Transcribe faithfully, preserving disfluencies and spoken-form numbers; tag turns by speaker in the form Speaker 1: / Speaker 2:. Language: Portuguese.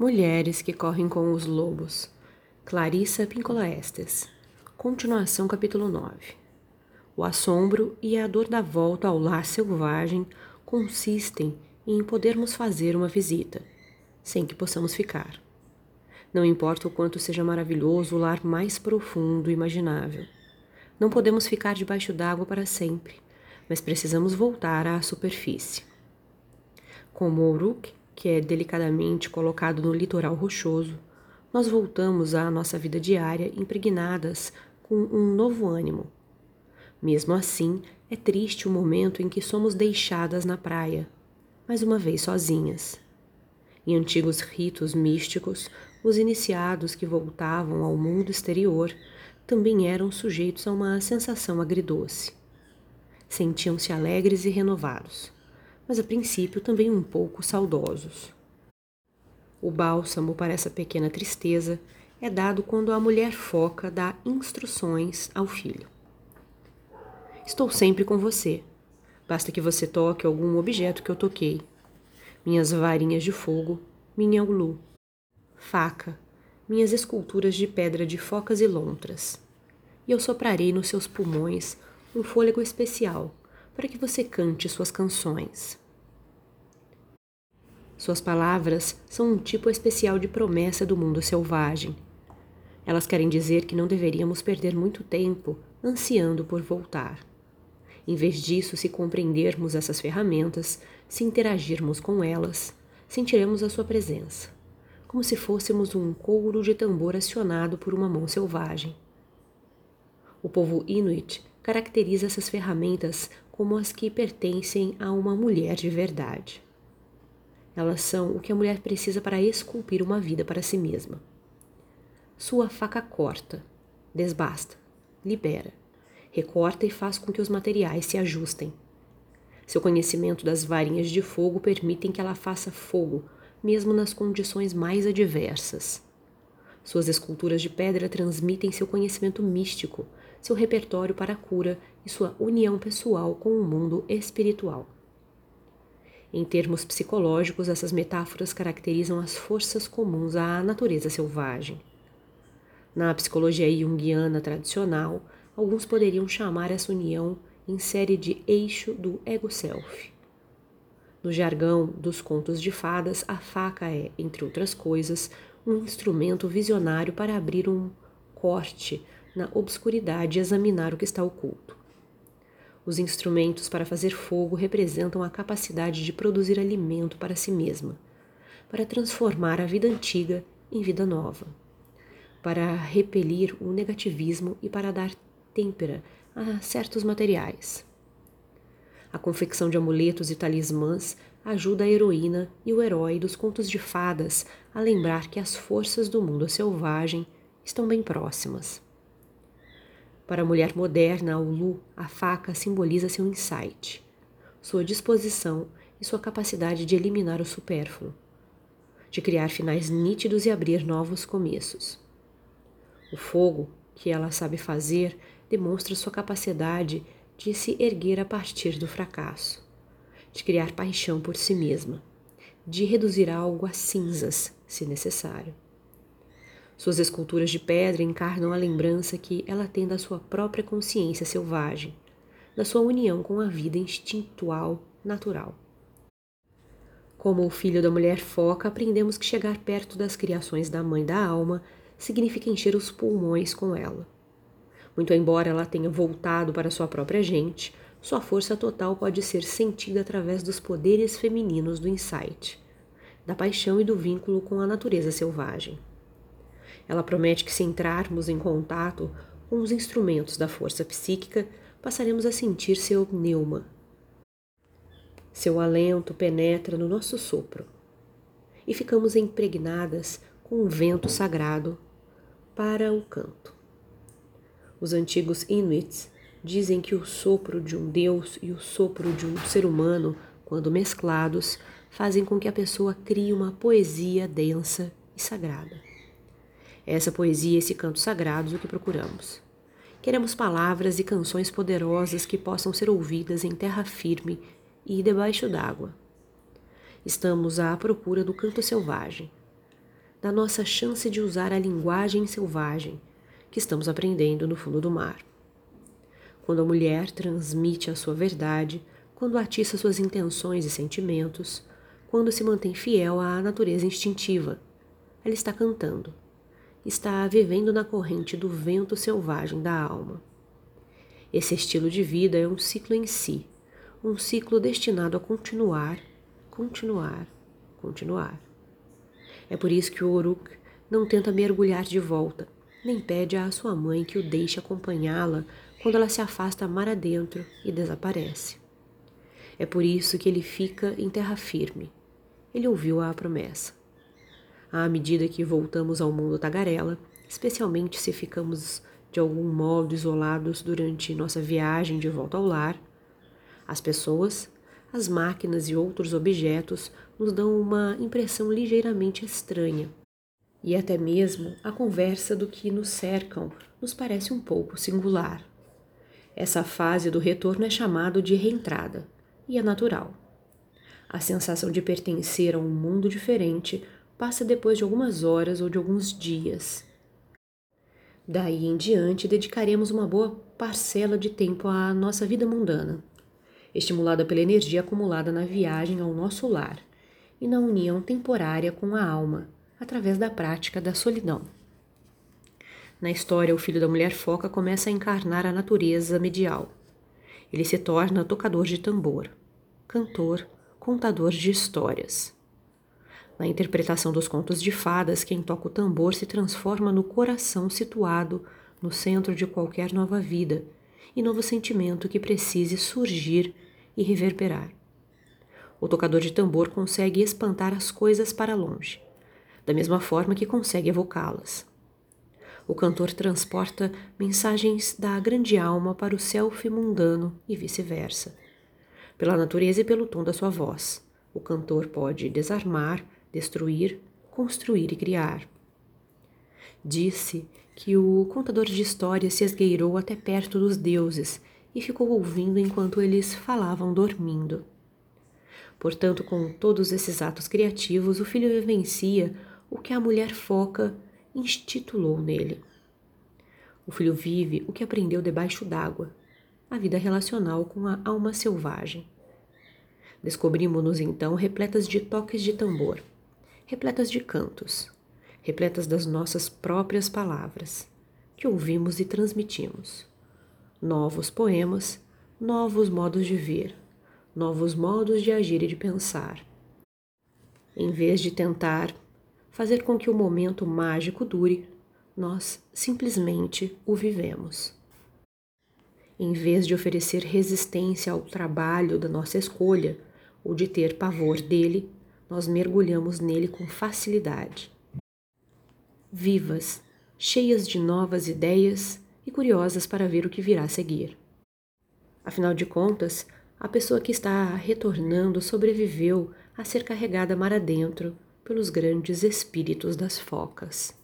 Speaker 1: Mulheres que correm com os lobos. Clarissa Pinkola Estes. Continuação, capítulo nove. O assombro e a dor da volta ao lar selvagem consistem em podermos fazer uma visita, sem que possamos ficar. Não importa o quanto seja maravilhoso o lar mais profundo imaginável. Não podemos ficar debaixo d'água para sempre, mas precisamos voltar à superfície. Como o Uruk, que é delicadamente colocado no litoral rochoso, nós voltamos à nossa vida diária impregnadas com um novo ânimo. Mesmo assim, é triste o momento em que somos deixadas na praia, mais uma vez sozinhas. Em antigos ritos místicos, os iniciados que voltavam ao mundo exterior também eram sujeitos a uma sensação agridoce. Sentiam-se alegres e renovados, mas a princípio também um pouco saudosos. O bálsamo para essa pequena tristeza é dado quando a mulher foca dá instruções ao filho. Estou sempre com você. Basta que você toque algum objeto que eu toquei. Minhas varinhas de fogo, minha ulu, faca, minhas esculturas de pedra de focas e lontras. E eu soprarei nos seus pulmões um fôlego especial para que você cante suas canções. Suas palavras são um tipo especial de promessa do mundo selvagem. Elas querem dizer que não deveríamos perder muito tempo ansiando por voltar. Em vez disso, se compreendermos essas ferramentas, se interagirmos com elas, sentiremos a sua presença, como se fôssemos um couro de tambor acionado por uma mão selvagem. O povo Inuit caracteriza essas ferramentas como as que pertencem a uma mulher de verdade. Elas são o que a mulher precisa para esculpir uma vida para si mesma. Sua faca corta, desbasta, libera, recorta e faz com que os materiais se ajustem. Seu conhecimento das varinhas de fogo permitem que ela faça fogo, mesmo nas condições mais adversas. Suas esculturas de pedra transmitem seu conhecimento místico, seu repertório para a cura e sua união pessoal com o mundo espiritual. Em termos psicológicos, essas metáforas caracterizam as forças comuns à natureza selvagem. Na psicologia junguiana tradicional, alguns poderiam chamar essa união em série de eixo do ego-self. No jargão dos contos de fadas, a faca é, entre outras coisas, um instrumento visionário para abrir um corte na obscuridade e examinar o que está oculto. Os instrumentos para fazer fogo representam a capacidade de produzir alimento para si mesma, para transformar a vida antiga em vida nova, para repelir o negativismo e para dar têmpera a certos materiais. A confecção de amuletos e talismãs ajuda a heroína e o herói dos contos de fadas a lembrar que as forças do mundo selvagem estão bem próximas. Para a mulher moderna, a ulu, a faca simboliza seu insight, sua disposição e sua capacidade de eliminar o supérfluo, de criar finais nítidos e abrir novos começos. O fogo, que ela sabe fazer, demonstra sua capacidade de se erguer a partir do fracasso, de criar paixão por si mesma, de reduzir algo a cinzas, se necessário. Suas esculturas de pedra encarnam a lembrança que ela tem da sua própria consciência selvagem, da sua união com a vida instintual natural. Como o filho da mulher foca, aprendemos que chegar perto das criações da mãe da alma significa encher os pulmões com ela. Muito embora ela tenha voltado para sua própria gente, sua força total pode ser sentida através dos poderes femininos do insight, da paixão e do vínculo com a natureza selvagem. Ela promete que se entrarmos em contato com os instrumentos da força psíquica, passaremos a sentir seu pneuma. Seu alento penetra no nosso sopro e ficamos impregnadas com um vento sagrado para o canto. Os antigos Inuits dizem que o sopro de um deus e o sopro de um ser humano, quando mesclados, fazem com que a pessoa crie uma poesia densa e sagrada. É essa poesia e esse canto sagrados o que procuramos. Queremos palavras e canções poderosas que possam ser ouvidas em terra firme e debaixo d'água. Estamos à procura do canto selvagem, da nossa chance de usar a linguagem selvagem que estamos aprendendo no fundo do mar. Quando a mulher transmite a sua verdade, quando atiça suas intenções e sentimentos, quando se mantém fiel à natureza instintiva, ela está cantando, está vivendo na corrente do vento selvagem da alma. Esse estilo de vida é um ciclo em si, um ciclo destinado a continuar, continuar, continuar. É por isso que o Uruk não tenta mergulhar de volta, nem pede à sua mãe que o deixe acompanhá-la quando ela se afasta mar adentro e desaparece. É por isso que ele fica em terra firme. Ele ouviu a promessa. À medida que voltamos ao mundo tagarela, especialmente se ficamos de algum modo isolados durante nossa viagem de volta ao lar, as pessoas, as máquinas e outros objetos nos dão uma impressão ligeiramente estranha. E até mesmo a conversa do que nos cercam nos parece um pouco singular. Essa fase do retorno é chamada de reentrada, e é natural. A sensação de pertencer a um mundo diferente passa depois de algumas horas ou de alguns dias. Daí em diante, dedicaremos uma boa parcela de tempo à nossa vida mundana, estimulada pela energia acumulada na viagem ao nosso lar e na união temporária com a alma, através da prática da solidão. Na história, o filho da mulher foca começa a encarnar a natureza medial. Ele se torna tocador de tambor, cantor, contador de histórias. Na interpretação dos contos de fadas, quem toca o tambor se transforma no coração situado no centro de qualquer nova vida e novo sentimento que precise surgir e reverberar. O tocador de tambor consegue espantar as coisas para longe, da mesma forma que consegue evocá-las. O cantor transporta mensagens da grande alma para o self mundano e vice-versa. Pela natureza e pelo tom da sua voz, o cantor pode desarmar, destruir, construir e criar. Disse que o contador de histórias se esgueirou até perto dos deuses e ficou ouvindo enquanto eles falavam dormindo. Portanto, com todos esses atos criativos, o filho vivencia o que a mulher foca instituiu nele. O filho vive o que aprendeu debaixo d'água, a vida relacional com a alma selvagem. Descobrimos-nos então repletas de toques de tambor, repletas de cantos, repletas das nossas próprias palavras, que ouvimos e transmitimos. Novos poemas, novos modos de ver, novos modos de agir e de pensar. Em vez de tentar fazer com que o momento mágico dure, nós simplesmente o vivemos. Em vez de oferecer resistência ao trabalho da nossa escolha ou de ter pavor dele, nós mergulhamos nele com facilidade. Vivas, cheias de novas ideias e curiosas para ver o que virá a seguir. Afinal de contas, a pessoa que está retornando sobreviveu a ser carregada mar adentro pelos grandes espíritos das focas.